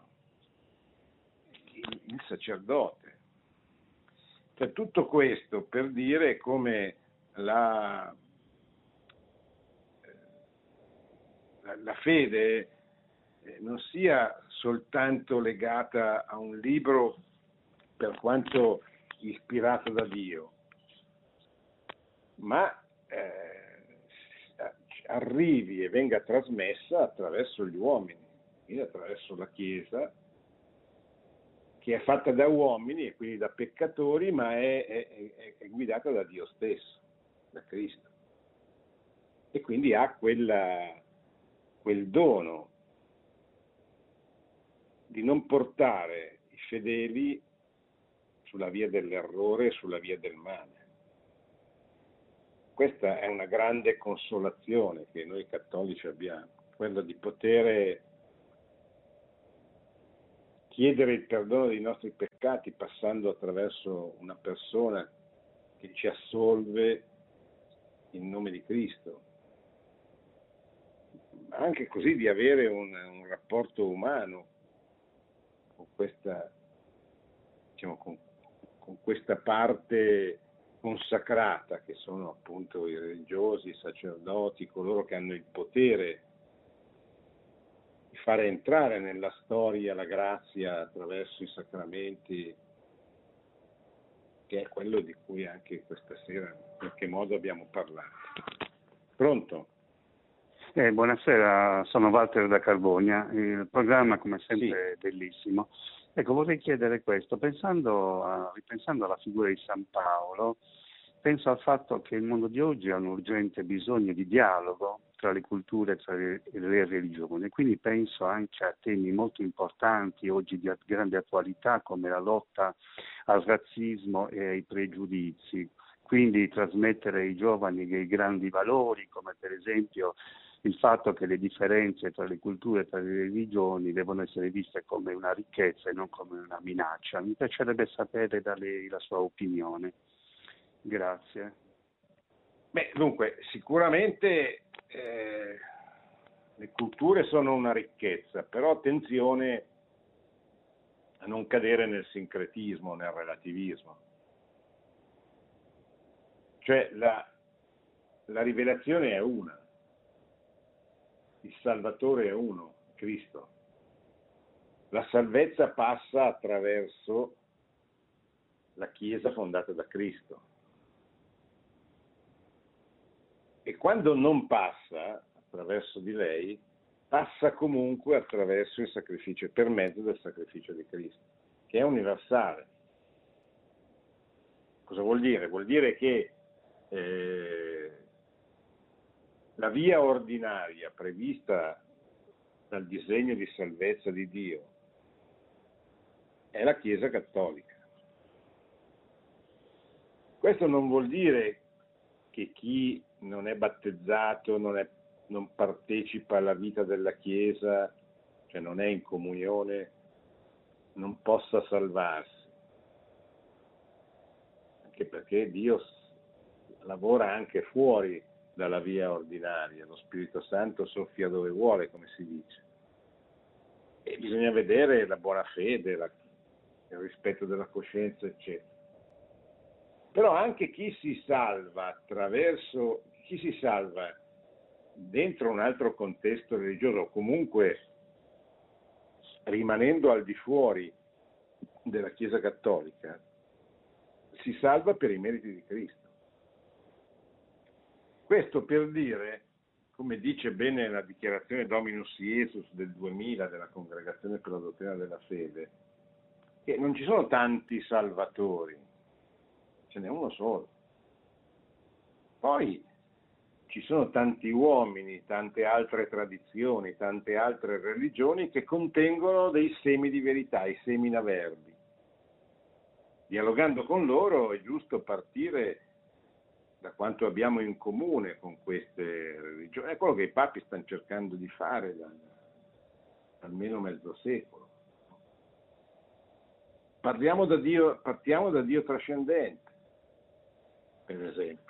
S2: Il, il sacerdote. Cioè, tutto questo per dire come la, la, la fede non sia soltanto legata a un libro, per quanto ispirato da Dio, ma eh, arrivi e venga trasmessa attraverso gli uomini, quindi attraverso la Chiesa, che è fatta da uomini e quindi da peccatori, ma è, è, è guidata da Dio stesso, da Cristo. E quindi ha quella, quel dono di non portare i fedeli sulla via dell'errore e sulla via del male. Questa è una grande consolazione che noi cattolici abbiamo, quella di poter chiedere il perdono dei nostri peccati passando attraverso una persona che ci assolve in nome di Cristo, ma anche così di avere un, un rapporto umano con questa, diciamo, con, con questa parte consacrata che sono appunto i religiosi, i sacerdoti, coloro che hanno il potere di fare entrare nella storia la grazia attraverso i sacramenti, che è quello di cui anche questa sera in qualche modo abbiamo parlato. Pronto?
S4: Eh, buonasera, sono Walter da Carbogna. Il programma come sempre sì. È bellissimo. Ecco, vorrei chiedere questo, pensando a, ripensando alla figura di San Paolo, penso al fatto che il mondo di oggi ha un urgente bisogno di dialogo tra le culture e tra le, le religioni, quindi penso anche a temi molto importanti oggi di grande attualità come la lotta al razzismo e ai pregiudizi, quindi trasmettere ai giovani dei grandi valori come per esempio il fatto che le differenze tra le culture e tra le religioni devono essere viste come una ricchezza e non come una minaccia. Mi piacerebbe sapere da lei la sua opinione. Grazie.
S2: Beh, dunque, sicuramente eh, le culture sono una ricchezza, però attenzione a non cadere nel sincretismo, nel relativismo. Cioè la, la rivelazione è una. Il Salvatore è uno, Cristo. La salvezza passa attraverso la Chiesa fondata da Cristo. E quando non passa attraverso di lei, passa comunque attraverso il sacrificio, per mezzo del sacrificio di Cristo, che è universale. Cosa vuol dire? Vuol dire che eh, la via ordinaria prevista dal disegno di salvezza di Dio è la Chiesa cattolica. Questo non vuol dire che chi non è battezzato, non, è, non partecipa alla vita della Chiesa, cioè non è in comunione, non possa salvarsi. Anche perché Dio lavora anche fuori dalla via ordinaria, lo Spirito Santo soffia dove vuole, come si dice. E bisogna vedere la buona fede, la, il rispetto della coscienza, eccetera. Però anche chi si salva attraverso, chi si salva dentro un altro contesto religioso, o comunque rimanendo al di fuori della Chiesa cattolica, si salva per i meriti di Cristo. Questo per dire, come dice bene la dichiarazione Dominus Iesus del duemila della Congregazione per la Dottrina della Fede, che non ci sono tanti salvatori, ce n'è uno solo. Poi ci sono tanti uomini, tante altre tradizioni, tante altre religioni che contengono dei semi di verità, i semina verbi. Dialogando con loro è giusto partire da quanto abbiamo in comune con queste religioni. È quello che i papi stanno cercando di fare da almeno mezzo secolo. Parliamo da Dio, partiamo da Dio trascendente, per esempio.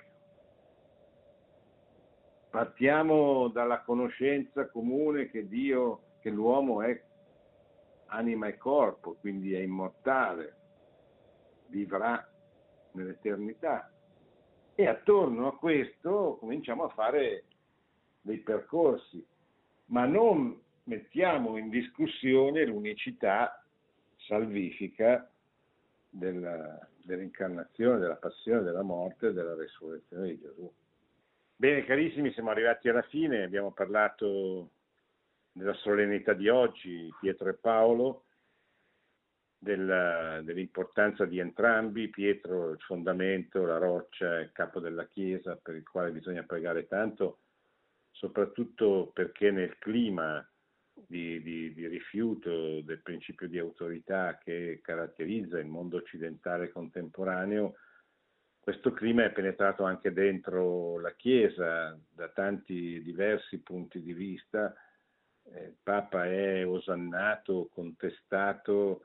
S2: Partiamo dalla conoscenza comune che Dio, che l'uomo è anima e corpo, quindi è immortale, vivrà nell'eternità. E attorno a questo cominciamo a fare dei percorsi, ma non mettiamo in discussione l'unicità salvifica della, dell'incarnazione, della passione, della morte e della resurrezione di Gesù. Bene carissimi, siamo arrivati alla fine, abbiamo parlato della solennità di oggi, Pietro e Paolo, della, dell'importanza di entrambi, Pietro il fondamento, la roccia, il capo della Chiesa per il quale bisogna pregare tanto, soprattutto perché nel clima di, di, di rifiuto del principio di autorità che caratterizza il mondo occidentale contemporaneo, questo clima è penetrato anche dentro la Chiesa da tanti diversi punti di vista. Eh, il Papa è osannato, contestato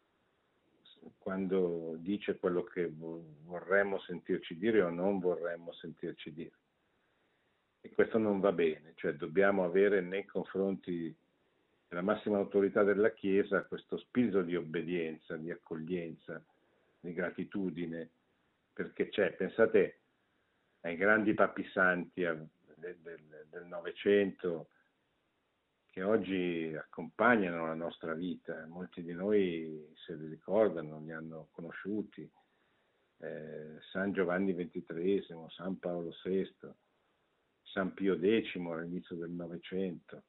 S2: quando dice quello che vorremmo sentirci dire o non vorremmo sentirci dire. E questo non va bene, cioè dobbiamo avere nei confronti della massima autorità della Chiesa questo spirito di obbedienza, di accoglienza, di gratitudine, perché c'è, pensate ai grandi papi santi del, del, del Novecento che oggi accompagnano la nostra vita, molti di noi se li ricordano, li hanno conosciuti, eh, San Giovanni ventitreesimo, San Paolo sesto, San Pio decimo all'inizio del Novecento,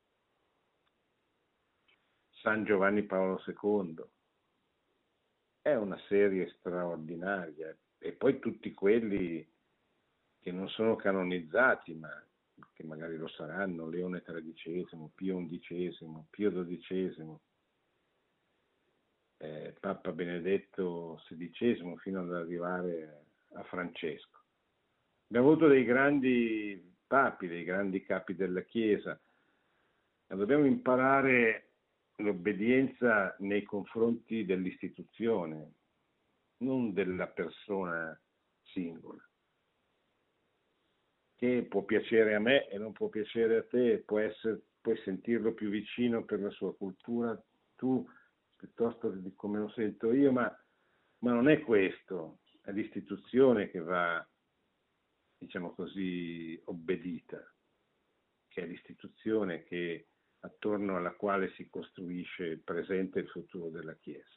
S2: San Giovanni Paolo secondo. È una serie straordinaria. E poi tutti quelli che non sono canonizzati, ma che magari lo saranno, Leone tredicesimo, Pio undicesimo, Pio dodicesimo, eh, Papa Benedetto sedicesimo, fino ad arrivare a Francesco. Abbiamo avuto dei grandi papi, dei grandi capi della Chiesa, ma dobbiamo imparare l'obbedienza nei confronti dell'istituzione, non della persona singola, che può piacere a me e non può piacere a te, può essere, puoi sentirlo più vicino per la sua cultura, tu piuttosto di come lo sento io, ma, ma non è questo, è l'istituzione che va, diciamo così, obbedita, che è l'istituzione che attorno alla quale si costruisce il presente e il futuro della Chiesa.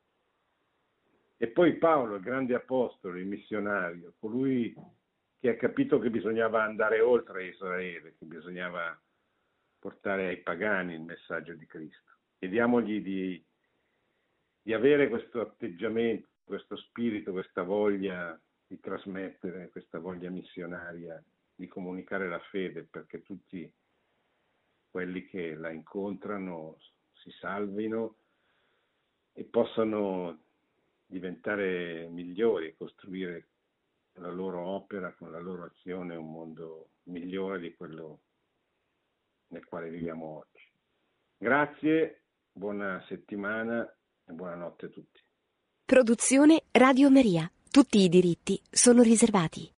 S2: E poi Paolo, il grande apostolo, il missionario, colui che ha capito che bisognava andare oltre Israele, che bisognava portare ai pagani il messaggio di Cristo. Chiediamogli di, di avere questo atteggiamento, questo spirito, questa voglia di trasmettere, questa voglia missionaria, di comunicare la fede, perché tutti quelli che la incontrano si salvino e possano diventare migliori e costruire con la loro opera, con la loro azione, un mondo migliore di quello nel quale viviamo oggi. Grazie, buona settimana e buonanotte a tutti.
S1: Produzione Radio Maria. Tutti i diritti sono riservati.